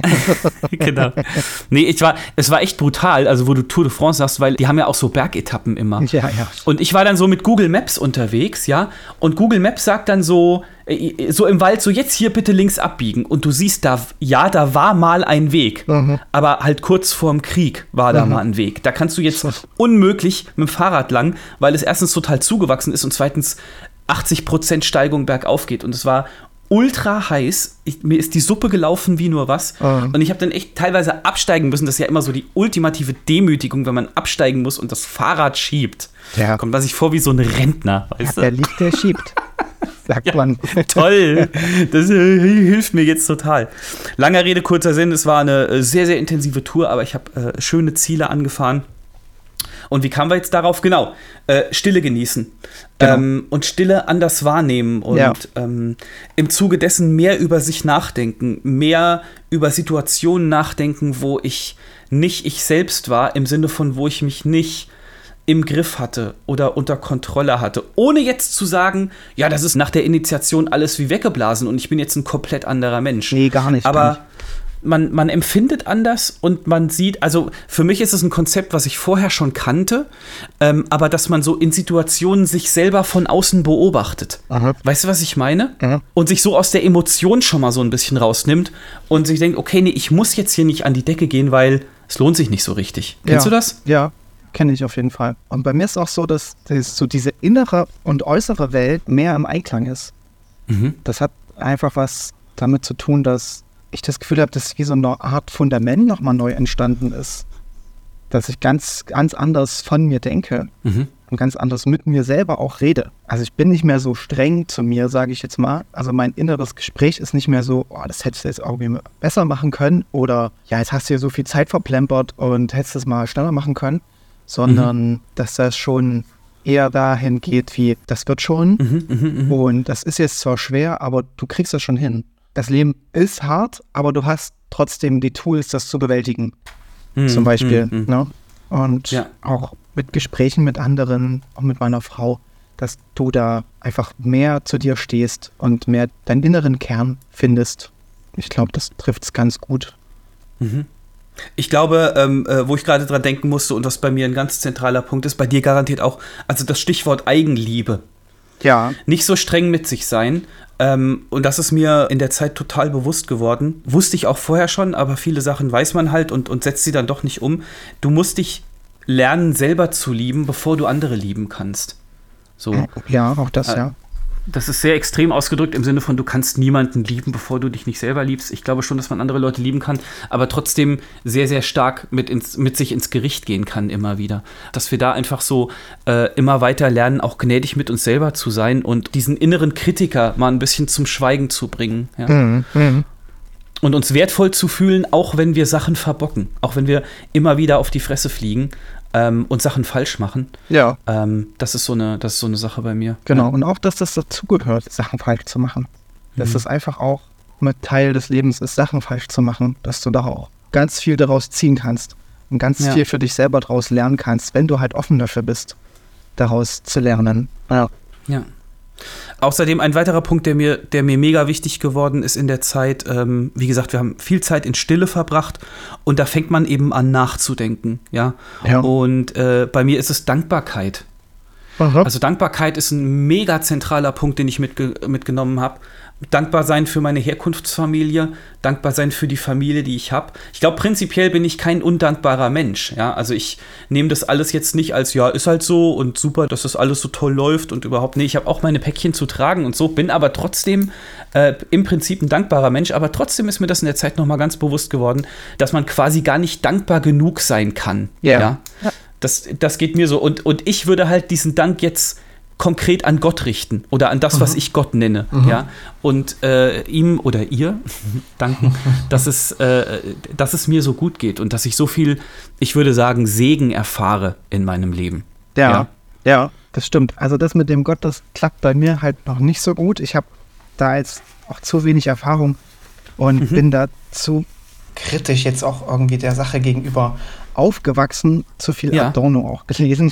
Genau. Nee, ich war, es war echt brutal, also wo du Tour de France sagst, weil die haben ja auch so Bergetappen immer. Ja, ja. Und ich war dann so mit Google Maps unterwegs, ja, und Google Maps sagt dann so, so im Wald, so jetzt hier bitte links abbiegen. Und du siehst da, ja, da war mal ein Weg, mhm. aber halt kurz vorm Krieg war da mhm. mal ein Weg. Da kannst du jetzt unmöglich mit dem Fahrrad lang, weil es erstens total zugewachsen ist und zweitens achtzig Prozent Steigung bergauf geht. Und es war ultra heiß. Ich, mir ist die Suppe gelaufen wie nur was. Mhm. Und ich habe dann echt teilweise absteigen müssen. Das ist ja immer so die ultimative Demütigung, wenn man absteigen muss und das Fahrrad schiebt. Ja. Kommt man sich vor wie so ein Rentner. Weißt ja, der liegt, der schiebt. Sagt ja, man. Toll. Das äh, hilft mir jetzt total. Langer Rede, kurzer Sinn. Es war eine äh, sehr, sehr intensive Tour, aber ich habe äh, schöne Ziele angefahren. Und wie kamen wir jetzt darauf? Genau, äh, Stille genießen genau. ähm, und Stille anders wahrnehmen und ja. ähm, im Zuge dessen mehr über sich nachdenken, mehr über Situationen nachdenken, wo ich nicht ich selbst war, im Sinne von, wo ich mich nicht im Griff hatte oder unter Kontrolle hatte, ohne jetzt zu sagen, ja, das ist nach der Initiation alles wie weggeblasen und ich bin jetzt ein komplett anderer Mensch. Nee, gar nicht. Aber gar nicht. man, man empfindet anders und man sieht, also für mich ist es ein Konzept, was ich vorher schon kannte, ähm, aber dass man so in Situationen sich selber von außen beobachtet. Aha. Weißt du, was ich meine? Ja. Und sich so aus der Emotion schon mal so ein bisschen rausnimmt und sich denkt, okay, nee, ich muss jetzt hier nicht an die Decke gehen, weil es lohnt sich nicht so richtig. Kennst Ja. du das? Ja, kenne ich auf jeden Fall. Und bei mir ist auch so, dass, dass so diese innere und äußere Welt mehr im Einklang ist. Mhm. Das hat einfach was damit zu tun, dass ich das Gefühl habe, dass wie so eine Art Fundament nochmal neu entstanden ist. Dass ich ganz, ganz anders von mir denke Mhm. und ganz anders mit mir selber auch rede. Also ich bin nicht mehr so streng zu mir, sage ich jetzt mal. Also mein inneres Gespräch ist nicht mehr so, oh, das hättest du jetzt irgendwie besser machen können oder ja, jetzt hast du hier so viel Zeit verplempert und hättest es mal schneller machen können, sondern mhm. dass das schon eher dahin geht wie, das wird schon Mhm, mhm, mhm. und das ist jetzt zwar schwer, aber du kriegst das schon hin. Das Leben ist hart, aber du hast trotzdem die Tools, das zu bewältigen. Mhm, Zum Beispiel. mhm, mhm. Ne? Und Ja. auch mit Gesprächen mit anderen, auch mit meiner Frau, dass du da einfach mehr zu dir stehst und mehr deinen inneren Kern findest. Ich glaube, das trifft es ganz gut. Mhm. Ich glaube, ähm, äh, wo ich gerade dran denken musste und das bei mir ein ganz zentraler Punkt ist, bei dir garantiert auch, also das Stichwort Eigenliebe. Ja. Nicht so streng mit sich sein. Ähm, und das ist mir in der Zeit total bewusst geworden. Wusste ich auch vorher schon, aber viele Sachen weiß man halt und, und setzt sie dann doch nicht um. Du musst dich lernen, selber zu lieben, bevor du andere lieben kannst. So. Ja, auch das, Äh, ja. Das ist sehr extrem ausgedrückt im Sinne von, du kannst niemanden lieben, bevor du dich nicht selber liebst. Ich glaube schon, dass man andere Leute lieben kann, aber trotzdem sehr, sehr stark mit, ins, mit sich ins Gericht gehen kann immer wieder. Dass wir da einfach so äh, immer weiter lernen, auch gnädig mit uns selber zu sein und diesen inneren Kritiker mal ein bisschen zum Schweigen zu bringen. Ja? Mhm. Mhm. Und uns wertvoll zu fühlen, auch wenn wir Sachen verbocken. Auch wenn wir immer wieder auf die Fresse fliegen ähm, und Sachen falsch machen. Ja, Ähm, das ist so eine, das ist so eine Sache bei mir. genau. Ja. Und auch, dass das dazugehört, Sachen falsch zu machen. Dass Mhm. das einfach auch mit Teil des Lebens ist, Sachen falsch zu machen. Dass du da auch ganz viel daraus ziehen kannst und ganz Ja. viel für dich selber daraus lernen kannst, wenn du halt offen dafür bist, daraus zu lernen. Ja. Ja. Außerdem ein weiterer Punkt, der mir, der mir mega wichtig geworden ist in der Zeit, ähm, wie gesagt, wir haben viel Zeit in Stille verbracht und da fängt man eben an nachzudenken, ja. Ja. Und äh, bei mir ist es Dankbarkeit. Aha. Also Dankbarkeit ist ein mega zentraler Punkt, den ich mitge mitgenommen habe. Dankbar sein für meine Herkunftsfamilie, dankbar sein für die Familie, die ich habe. Ich glaube, prinzipiell bin ich kein undankbarer Mensch. Ja? Also ich nehme das alles jetzt nicht als, ja, ist halt so und super, dass das alles so toll läuft und überhaupt, nee, ich habe auch meine Päckchen zu tragen und so, bin aber trotzdem äh, im Prinzip ein dankbarer Mensch, aber trotzdem ist mir das in der Zeit nochmal ganz bewusst geworden, dass man quasi gar nicht dankbar genug sein kann. Ja. Ja? Ja. Das, das geht mir so. Und, und ich würde halt diesen Dank jetzt konkret an Gott richten oder an das, was ich Gott nenne. Ja? Und äh, ihm oder ihr danken, dass es, äh, dass es mir so gut geht und dass ich so viel, ich würde sagen, Segen erfahre in meinem Leben. Ja, Ja. ja, das stimmt. Also das mit dem Gott, das klappt bei mir halt noch nicht so gut. Ich habe da jetzt auch zu wenig Erfahrung und Mhm. bin da zu kritisch jetzt auch irgendwie der Sache gegenüber aufgewachsen. Zu viel Ja. Adorno auch gelesen.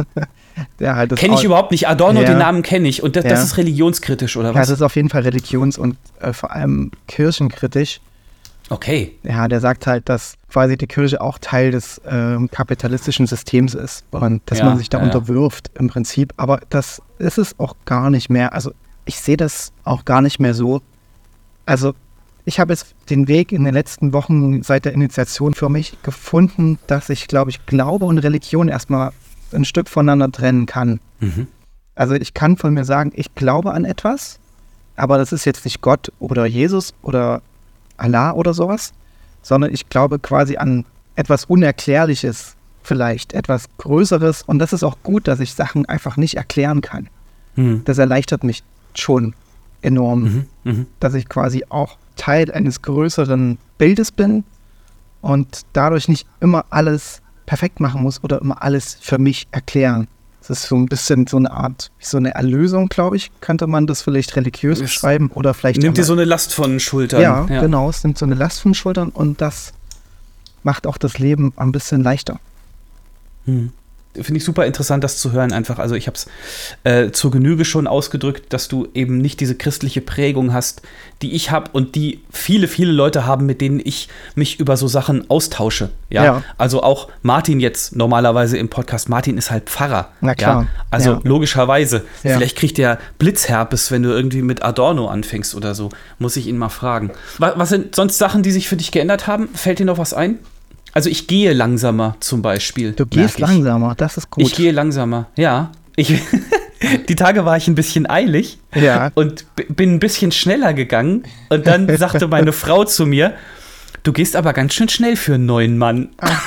Der halt das Kenne ich auch- überhaupt nicht. Adorno, Ja. den Namen kenne ich. Und das, das Ja. ist religionskritisch, oder Ja, was? das ist auf jeden Fall religions- und äh, vor allem kirchenkritisch. Okay. Ja, der sagt halt, dass quasi die Kirche auch Teil des ähm, kapitalistischen Systems ist und dass Ja, man sich da ja, ja. unterwirft im Prinzip. Aber das ist es auch gar nicht mehr. Also ich sehe das auch gar nicht mehr so. Also ich habe jetzt den Weg in den letzten Wochen seit der Initiation für mich gefunden, dass ich, glaube ich, Glaube und Religion erstmal ein Stück voneinander trennen kann. Mhm. Also ich kann von mir sagen, ich glaube an etwas, aber das ist jetzt nicht Gott oder Jesus oder Allah oder sowas, sondern ich glaube quasi an etwas Unerklärliches vielleicht, etwas Größeres, und das ist auch gut, dass ich Sachen einfach nicht erklären kann. Mhm. Das erleichtert mich schon enorm, Mhm. Mhm. dass ich quasi auch Teil eines größeren Bildes bin und dadurch nicht immer alles perfekt machen muss oder immer alles für mich erklären. Das ist so ein bisschen so eine Art, so eine Erlösung, glaube ich, könnte man das vielleicht religiös Es beschreiben oder vielleicht Nimmt dir aber- so eine Last von den Schultern. ja, genau, es nimmt so eine Last von den Schultern und das macht auch das Leben ein bisschen leichter. Hm. finde ich super interessant, das zu hören einfach. Also ich habe es äh, zur Genüge schon ausgedrückt, dass du eben nicht diese christliche Prägung hast, die ich habe und die viele, viele Leute haben, mit denen ich mich über so Sachen austausche. Ja? Ja. Also auch Martin jetzt normalerweise im Podcast. Martin ist halt Pfarrer. Na klar. Ja? Also ja. logischerweise. Ja. Vielleicht kriegt der Blitzherpes, wenn du irgendwie mit Adorno anfängst oder so. Muss ich ihn mal fragen. Was, was sind sonst Sachen, die sich für dich geändert haben? Fällt dir noch was ein? Also ich gehe langsamer zum Beispiel. Du gehst langsamer, das ist gut. Ich gehe langsamer, ja. Ich, die Tage war ich ein bisschen eilig ja. und b- bin ein bisschen schneller gegangen. Und dann sagte meine Frau zu mir, du gehst aber ganz schön schnell für einen neuen Mann.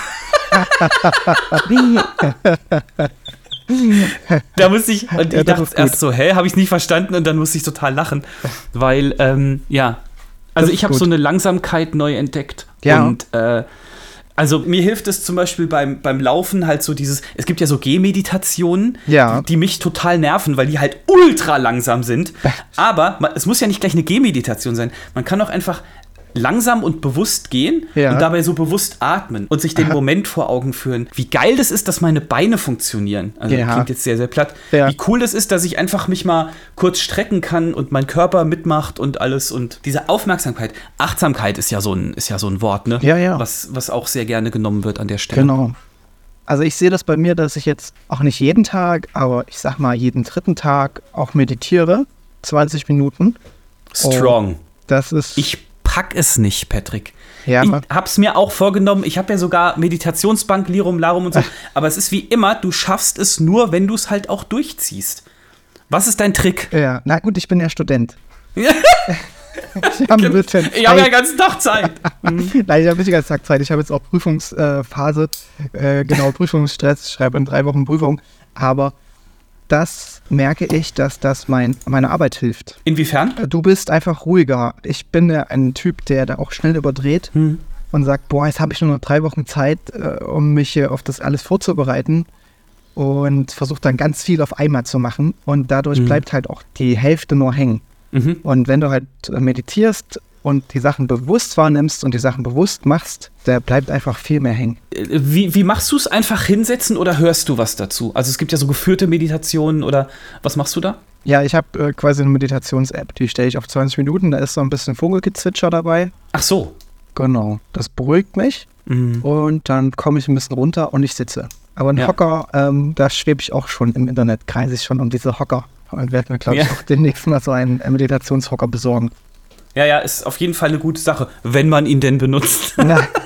Da musste ich, und ich ja, dachte erst so, hä, habe ich nicht verstanden und dann musste ich total lachen. Weil, ähm, ja, also ich habe so eine Langsamkeit neu entdeckt. Ja. Und, äh, Also mir hilft es zum Beispiel beim, beim Laufen halt so dieses, es gibt ja so Gehmeditationen, ja. die, die mich total nerven, weil die halt ultra langsam sind. Aber man, es muss ja nicht gleich eine Gehmeditation sein. Man kann auch einfach langsam und bewusst gehen ja. und dabei so bewusst atmen und sich den Aha. Moment vor Augen führen. Wie geil das ist, dass meine Beine funktionieren. Also ja. klingt jetzt sehr, sehr platt. Ja. Wie cool das ist, dass ich einfach mich mal kurz strecken kann und mein Körper mitmacht und alles. Und diese Aufmerksamkeit, Achtsamkeit ist ja so ein, ist ja so ein Wort, ne? Ja, ja. Was, was auch sehr gerne genommen wird an der Stelle. Genau. Also ich sehe das bei mir, dass ich jetzt auch nicht jeden Tag, aber ich sag mal jeden dritten Tag auch meditiere. zwanzig Minuten. Strong. Oh, das ist... Ich pack es nicht, Patrick. Ja, ich hab's mir auch vorgenommen. Ich habe ja sogar Meditationsbank, Lirum, Larum und so. Aber es ist wie immer, du schaffst es nur, wenn du es halt auch durchziehst. Was ist dein Trick? Ja, na gut, ich bin ja Student. ich habe hab ja den ganzen Tag Zeit. Nein, ich habe nicht den ganzen Tag Zeit. Ich habe jetzt auch Prüfungsphase, äh, genau, Prüfungsstress. Ich schreibe in drei Wochen Prüfung. Aber das merke ich, dass das mein, meine Arbeit hilft. Inwiefern? Du bist einfach ruhiger. Ich bin ja ein Typ, der da auch schnell überdreht hm. und sagt, boah, jetzt habe ich nur noch drei Wochen Zeit, äh, um mich hier auf das alles vorzubereiten und versuche dann ganz viel auf einmal zu machen und dadurch hm. bleibt halt auch die Hälfte nur hängen. Mhm. Und wenn du halt meditierst und die Sachen bewusst wahrnimmst und die Sachen bewusst machst, da bleibt einfach viel mehr hängen. Wie, wie machst du es? Einfach hinsetzen oder hörst du was dazu? Also es gibt ja so geführte Meditationen oder was machst du da? Ja, ich habe äh, quasi eine Meditations-App, die stelle ich auf zwanzig Minuten, da ist so ein bisschen Vogelgezwitscher dabei. Ach so. Genau, das beruhigt mich mhm. und dann komme ich ein bisschen runter und ich sitze. Aber ein ja. Hocker, ähm, da schwebe ich auch schon im Internet, kreise ich schon um diese Hocker und werde mir, glaube ich, ja. auch demnächst mal so einen Meditationshocker besorgen. Ja, ja, ist auf jeden Fall eine gute Sache, wenn man ihn denn benutzt.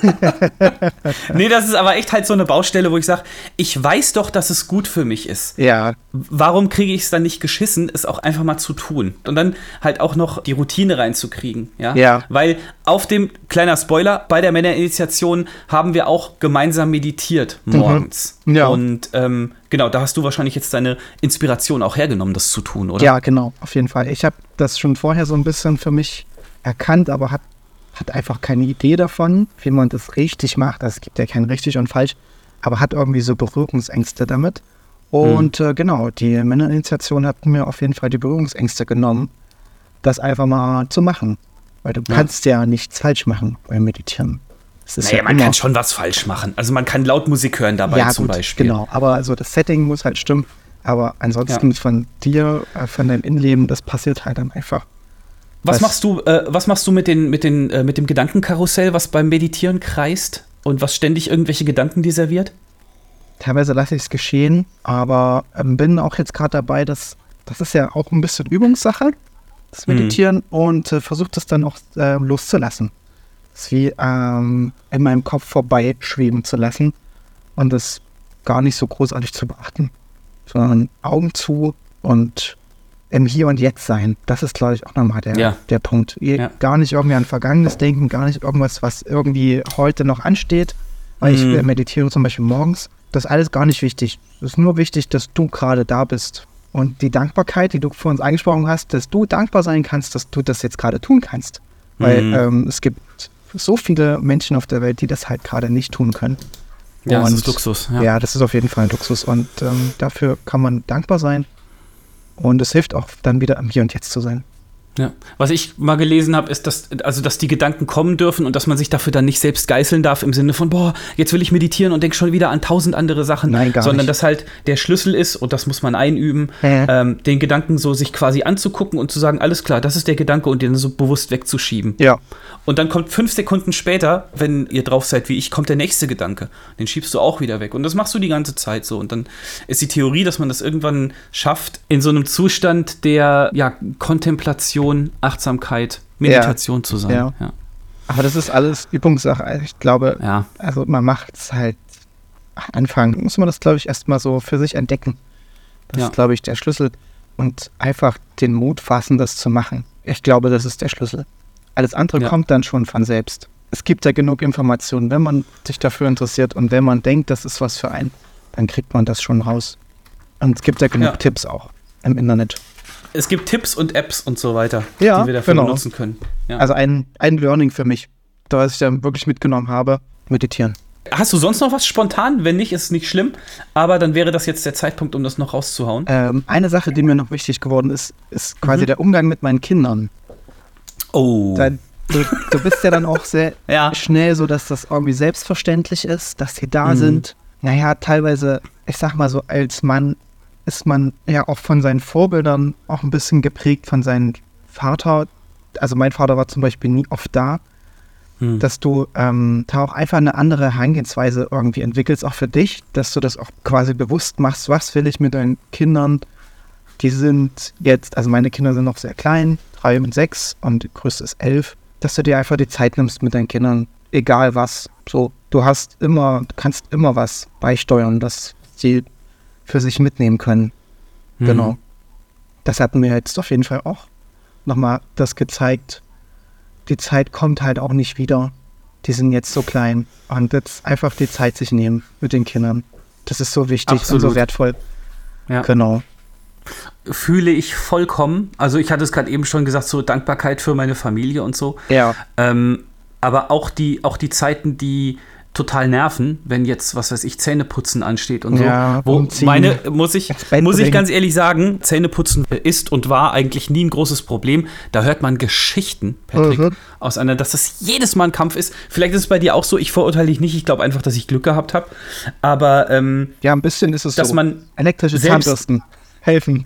Nee, das ist aber echt halt so eine Baustelle, wo ich sage, ich weiß doch, dass es gut für mich ist. Ja. Warum kriege ich es dann nicht geschissen, es auch einfach mal zu tun? Und dann halt auch noch die Routine reinzukriegen. Ja. Ja. Weil auf dem, kleiner Spoiler, bei der Männerinitiation haben wir auch gemeinsam meditiert morgens. Mhm. Ja. Und ähm, genau, da hast du wahrscheinlich jetzt deine Inspiration auch hergenommen, das zu tun, oder? Ja, genau, auf jeden Fall. Ich habe das schon vorher so ein bisschen für mich erkannt, aber hat, hat einfach keine Idee davon, wie man das richtig macht. Also es gibt ja kein richtig und falsch, aber hat irgendwie so Berührungsängste damit. Und mhm. äh, genau, die Männerinitiation hat mir auf jeden Fall die Berührungsängste genommen, das einfach mal zu machen. Weil du ja. kannst ja nichts falsch machen beim Meditieren. Das ist naja, ja man immer, kann schon was falsch machen. Also man kann laut Musik hören dabei ja, zum gut, Beispiel. Genau, aber also das Setting muss halt stimmen. Aber ansonsten ja. von dir, von deinem Innenleben, das passiert halt dann einfach. Was, was machst du, äh, was machst du mit, den, mit, den, äh, mit dem Gedankenkarussell, was beim Meditieren kreist und was ständig irgendwelche Gedanken dir serviert? Teilweise lasse ich es geschehen, aber ähm, bin auch jetzt gerade dabei, dass das ist ja auch ein bisschen Übungssache, das Meditieren, mhm. und äh, versuche das dann auch äh, loszulassen. Das ist wie ähm, in meinem Kopf vorbeischweben zu lassen und das gar nicht so großartig zu beachten, sondern Augen zu und im Hier und Jetzt sein. Das ist, glaube ich, auch nochmal der, ja. der Punkt. Ja. Gar nicht irgendwie an Vergangenes denken, gar nicht irgendwas, was irgendwie heute noch ansteht. Weil mhm. ich meditiere zum Beispiel morgens. Das ist alles gar nicht wichtig. Es ist nur wichtig, dass du gerade da bist. Und die Dankbarkeit, die du vor uns angesprochen hast, dass du dankbar sein kannst, dass du das jetzt gerade tun kannst. Weil mhm. ähm, es gibt so viele Menschen auf der Welt, die das halt gerade nicht tun können. Ja, und, das ist Luxus. Ja. ja, das ist auf jeden Fall ein Luxus. Und ähm, dafür kann man dankbar sein. Und es hilft auch dann wieder im Hier und Jetzt zu sein. Ja. Was ich mal gelesen habe, ist, dass, also, dass die Gedanken kommen dürfen und dass man sich dafür dann nicht selbst geißeln darf im Sinne von, boah, jetzt will ich meditieren und denke schon wieder an tausend andere Sachen. Nein, gar sondern nicht. dass halt der Schlüssel ist, und das muss man einüben, Äh. ähm, den Gedanken so sich quasi anzugucken und zu sagen, alles klar, das ist der Gedanke, und den so bewusst wegzuschieben. Ja. Und dann kommt fünf Sekunden später, wenn ihr drauf seid wie ich, kommt der nächste Gedanke. Den schiebst du auch wieder weg. Und das machst du die ganze Zeit so. Und dann ist die Theorie, dass man das irgendwann schafft, in so einem Zustand der ja, Kontemplation, Achtsamkeit, Meditation ja. zu sein. Ja. Ja. Aber das ist alles Übungssache. Ich glaube, Ja. also man macht es halt am Anfang. Muss man das, glaube ich, erstmal so für sich entdecken. Das Ja. ist, glaube ich, der Schlüssel. Und einfach den Mut fassen, das zu machen. Ich glaube, das ist der Schlüssel. Alles andere Ja. kommt dann schon von selbst. Es gibt ja genug Informationen, wenn man sich dafür interessiert und wenn man denkt, das ist was für einen, dann kriegt man das schon raus. Und es gibt ja genug Ja. Tipps auch im Internet. Es gibt Tipps und Apps und so weiter, Ja, die wir dafür genau. benutzen können. Ja. Also ein, ein Learning für mich, da was ich dann wirklich mitgenommen habe, meditieren. Hast du sonst noch was spontan? Wenn nicht, ist es nicht schlimm. Aber dann wäre das jetzt der Zeitpunkt, um das noch rauszuhauen. Ähm, eine Sache, die mir noch wichtig geworden ist, ist quasi Mhm. der Umgang mit meinen Kindern. Oh. Da, du, du bist ja dann auch sehr Ja. schnell so, dass das irgendwie selbstverständlich ist, dass die da Mhm. sind. Naja, teilweise, ich sag mal so, als Mann ist man ja auch von seinen Vorbildern auch ein bisschen geprägt von seinem Vater. Also mein Vater war zum Beispiel nie oft da, Hm. dass du ähm, da auch einfach eine andere Herangehensweise irgendwie entwickelst, auch für dich, dass du das auch quasi bewusst machst, was will ich mit deinen Kindern. Die sind jetzt, also meine Kinder sind noch sehr klein, drei und sechs und die größte ist elf, dass du dir einfach die Zeit nimmst mit deinen Kindern, egal was. So, du hast immer, du kannst immer was beisteuern, dass sie für sich mitnehmen können. Mhm. Genau. Das hat mir jetzt auf jeden Fall auch nochmal das gezeigt. Die Zeit kommt halt auch nicht wieder. Die sind jetzt so klein. Und jetzt einfach die Zeit sich nehmen mit den Kindern. Das ist so wichtig Absolut. und so wertvoll. Ja. Genau. Fühle ich vollkommen. Also ich hatte es gerade eben schon gesagt, so Dankbarkeit für meine Familie und so. Ja. Ähm, aber auch die, auch die Zeiten, die total nerven, wenn jetzt, was weiß ich, Zähneputzen ansteht und Ja, so. Wo umziehen, meine, muss ich, ins Bett muss ich bringen. ganz ehrlich sagen, Zähneputzen ist und war eigentlich nie ein großes Problem. Da hört man Geschichten, Patrick, Mhm. aus einer, dass das jedes Mal ein Kampf ist. Vielleicht ist es bei dir auch so, ich verurteile dich nicht, ich glaube einfach, dass ich Glück gehabt habe. Aber ähm, Ja, ein bisschen ist es dass so. man Elektrische selbst- Zahnbürsten helfen.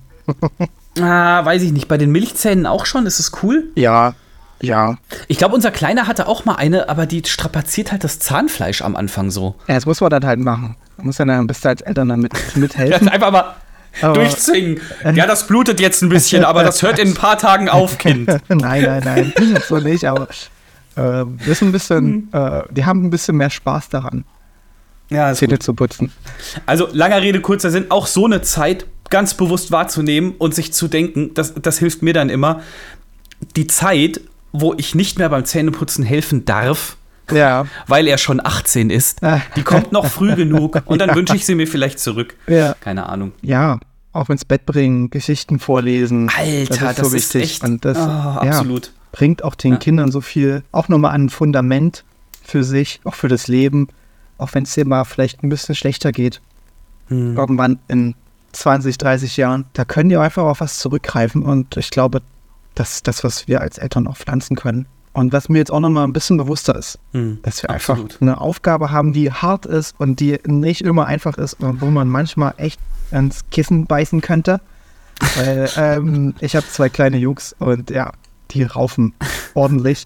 Ah, weiß ich nicht. Bei den Milchzähnen auch schon? Ist es cool? Ja. Ja. Ich glaube, unser Kleiner hatte auch mal eine, aber die strapaziert halt das Zahnfleisch am Anfang so. Ja, das muss man dann halt machen. Man muss ja dann, bist du als Eltern dann mit, mithelfen. Einfach mal Aber- durchzwingen. Ja, das blutet jetzt ein bisschen, aber das hört in ein paar Tagen auf, Kind. nein, nein, nein. So nicht, aber äh, das ist ein bisschen, äh, die haben ein bisschen mehr Spaß daran, Ja, ist Zähne gut. zu putzen. Also, langer Rede, kurzer Sinn, auch so eine Zeit ganz bewusst wahrzunehmen und sich zu denken, das, das hilft mir dann immer, die Zeit, wo ich nicht mehr beim Zähneputzen helfen darf, Ja. weil er schon achtzehn ist, Ah. die kommt noch früh genug und dann wünsche ich sie mir vielleicht zurück. Ja. Keine Ahnung. Ja, auch ins Bett bringen, Geschichten vorlesen. Alter, das ist, echt, Und das oh, ja, absolut. bringt auch den Ja. Kindern so viel, auch nochmal ein Fundament für sich, auch für das Leben, auch wenn es dir mal vielleicht ein bisschen schlechter geht. Hm. Irgendwann in zwanzig, dreißig Jahren, da können die einfach auf was zurückgreifen und ich glaube, das ist das, was wir als Eltern auch pflanzen können. Und was mir jetzt auch nochmal ein bisschen bewusster ist, Hm. dass wir Absolut. einfach eine Aufgabe haben, die hart ist und die nicht immer einfach ist und wo man manchmal echt ins Kissen beißen könnte. Weil ähm, ich habe zwei kleine Jungs und ja, die raufen ordentlich.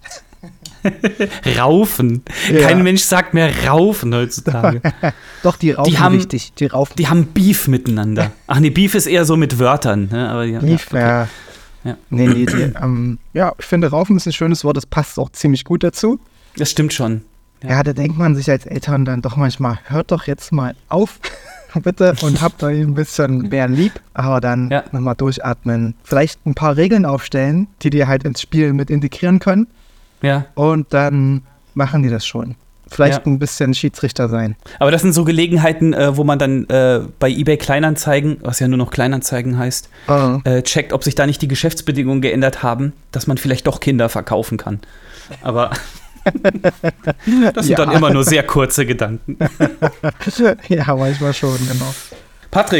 Raufen. Ja. Kein Mensch sagt mehr Raufen heutzutage. Doch, die raufen haben- richtig. Die raufen. Die haben Beef miteinander. Ach nee, Beef ist eher so mit Wörtern. Ne? Aber die, Lief, ja, okay. ja. Ja. Nee, nee, die, ähm, ja, ich finde, raufen ist ein schönes Wort, das passt auch ziemlich gut dazu. Das stimmt schon. Ja. Ja, da denkt man sich als Eltern dann doch manchmal, hört doch jetzt mal auf, bitte, und habt euch ein bisschen mehr lieb. Aber dann Ja. nochmal durchatmen. Vielleicht ein paar Regeln aufstellen, die die halt ins Spiel mit integrieren können. Ja. Und dann machen die das schon. Vielleicht Ja. ein bisschen Schiedsrichter sein. Aber das sind so Gelegenheiten, äh, wo man dann äh, bei eBay Kleinanzeigen, was ja nur noch Kleinanzeigen heißt, Oh. äh, checkt, ob sich da nicht die Geschäftsbedingungen geändert haben, dass man vielleicht doch Kinder verkaufen kann. Aber das sind Ja. dann immer nur sehr kurze Gedanken. Ja, manchmal schon, genau. Patrick,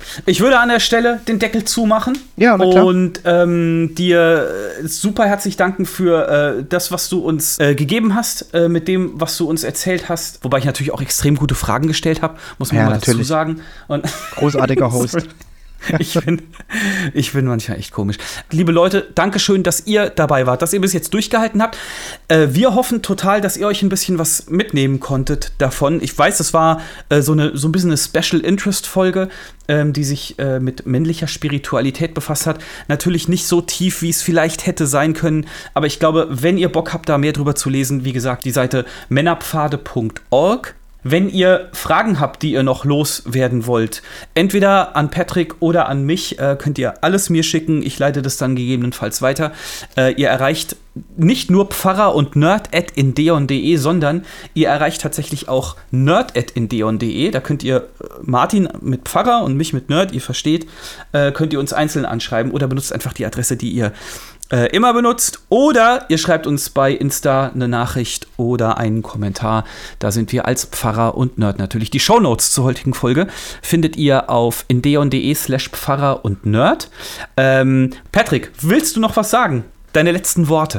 Ich würde an der Stelle den Deckel zumachen. Ja, na klar. Und ähm, dir super herzlich danken für äh, das, was du uns äh, gegeben hast, äh, mit dem, was du uns erzählt hast. Wobei ich natürlich auch extrem gute Fragen gestellt habe, muss man Ja, mal natürlich. dazu sagen. Und Großartiger Host. Ich bin, ich bin manchmal echt komisch. Liebe Leute, Dankeschön, dass ihr dabei wart, dass ihr bis jetzt durchgehalten habt. Äh, wir hoffen total, dass ihr euch ein bisschen was mitnehmen konntet davon. Ich weiß, es war äh, so, eine, so ein bisschen eine Special-Interest-Folge, ähm, die sich äh, mit männlicher Spiritualität befasst hat. Natürlich nicht so tief, wie es vielleicht hätte sein können. Aber ich glaube, wenn ihr Bock habt, da mehr drüber zu lesen, wie gesagt, die Seite männerpfade punkt org. Wenn ihr Fragen habt, die ihr noch loswerden wollt, entweder an Patrick oder an mich, äh, könnt ihr alles mir schicken. Ich leite das dann gegebenenfalls weiter. Äh, ihr erreicht nicht nur Pfarrer und nerd at indeon punkt de, sondern ihr erreicht tatsächlich auch nerd at indeon punkt de. Da könnt ihr Martin mit Pfarrer und mich mit Nerd, ihr versteht, äh, könnt ihr uns einzeln anschreiben oder benutzt einfach die Adresse, die ihr Äh, immer benutzt, oder ihr schreibt uns bei Insta eine Nachricht oder einen Kommentar. Da sind wir als Pfarrer und Nerd natürlich. Die Shownotes zur heutigen Folge findet ihr auf indeon punkt de slash Pfarrer und Nerd. Ähm, Patrick, willst du noch was sagen? Deine letzten Worte.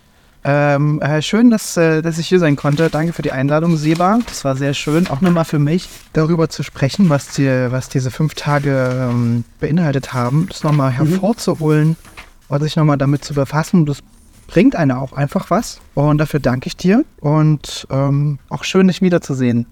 Ähm, äh, schön, dass, äh, dass ich hier sein konnte. Danke für die Einladung, Seba. Das war sehr schön, auch nochmal für mich, darüber zu sprechen, was, die, was diese fünf Tage ähm, beinhaltet haben. Das nochmal hervorzuholen und sich nochmal damit zu befassen. Das bringt einer auch einfach was. Und dafür danke ich dir. Und ähm, auch schön, dich wiederzusehen.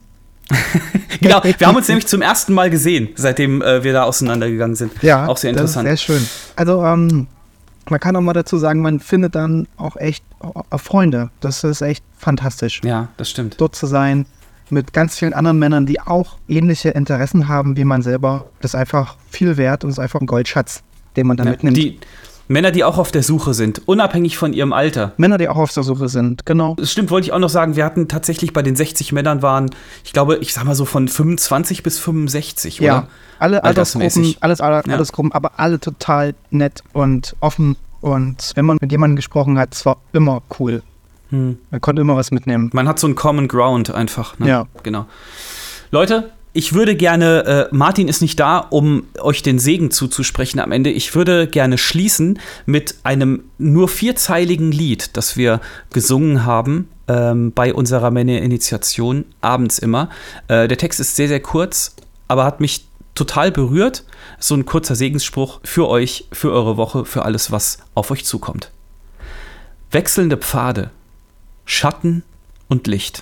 Genau, wir haben uns nämlich zum ersten Mal gesehen, seitdem äh, wir da auseinandergegangen sind. Ja, auch sehr interessant. Das ist sehr schön. Also, ähm, man kann auch mal dazu sagen, man findet dann auch echt äh, Freunde. Das ist echt fantastisch. Ja, das stimmt. Dort zu sein, mit ganz vielen anderen Männern, die auch ähnliche Interessen haben wie man selber. Das ist einfach viel wert und ist einfach ein Goldschatz, den man da Ja, mitnimmt. Die Männer, die auch auf der Suche sind, unabhängig von ihrem Alter. Männer, die auch auf der Suche sind, genau. Das stimmt, wollte ich auch noch sagen, wir hatten tatsächlich bei den sechzig Männern waren, ich glaube, ich sag mal so von fünfundzwanzig bis fünfundsechzig, Ja, oder? alle Altersgruppen, alles alle Ja. Altersgruppen, aber alle total nett und offen. Und wenn man mit jemandem gesprochen hat, es war immer cool. Hm. Man konnte immer was mitnehmen. Man hat so einen Common Ground einfach. Ne? Ja. Genau. Leute, ich würde gerne, äh, Martin ist nicht da, um euch den Segen zuzusprechen am Ende. Ich würde gerne schließen mit einem nur vierzeiligen Lied, das wir gesungen haben ähm, bei unserer Männer-Initiation, abends immer. Äh, der Text ist sehr, sehr kurz, aber hat mich total berührt. So ein kurzer Segensspruch für euch, für eure Woche, für alles, was auf euch zukommt. Wechselnde Pfade, Schatten und Licht.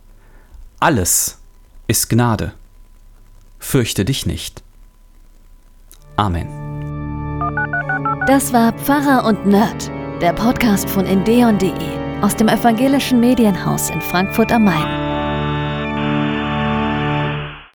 Alles ist Gnade. Fürchte dich nicht. Amen. Das war Pfarrer und Nerd, der Podcast von indeon punkt de aus dem evangelischen Medienhaus in Frankfurt am Main.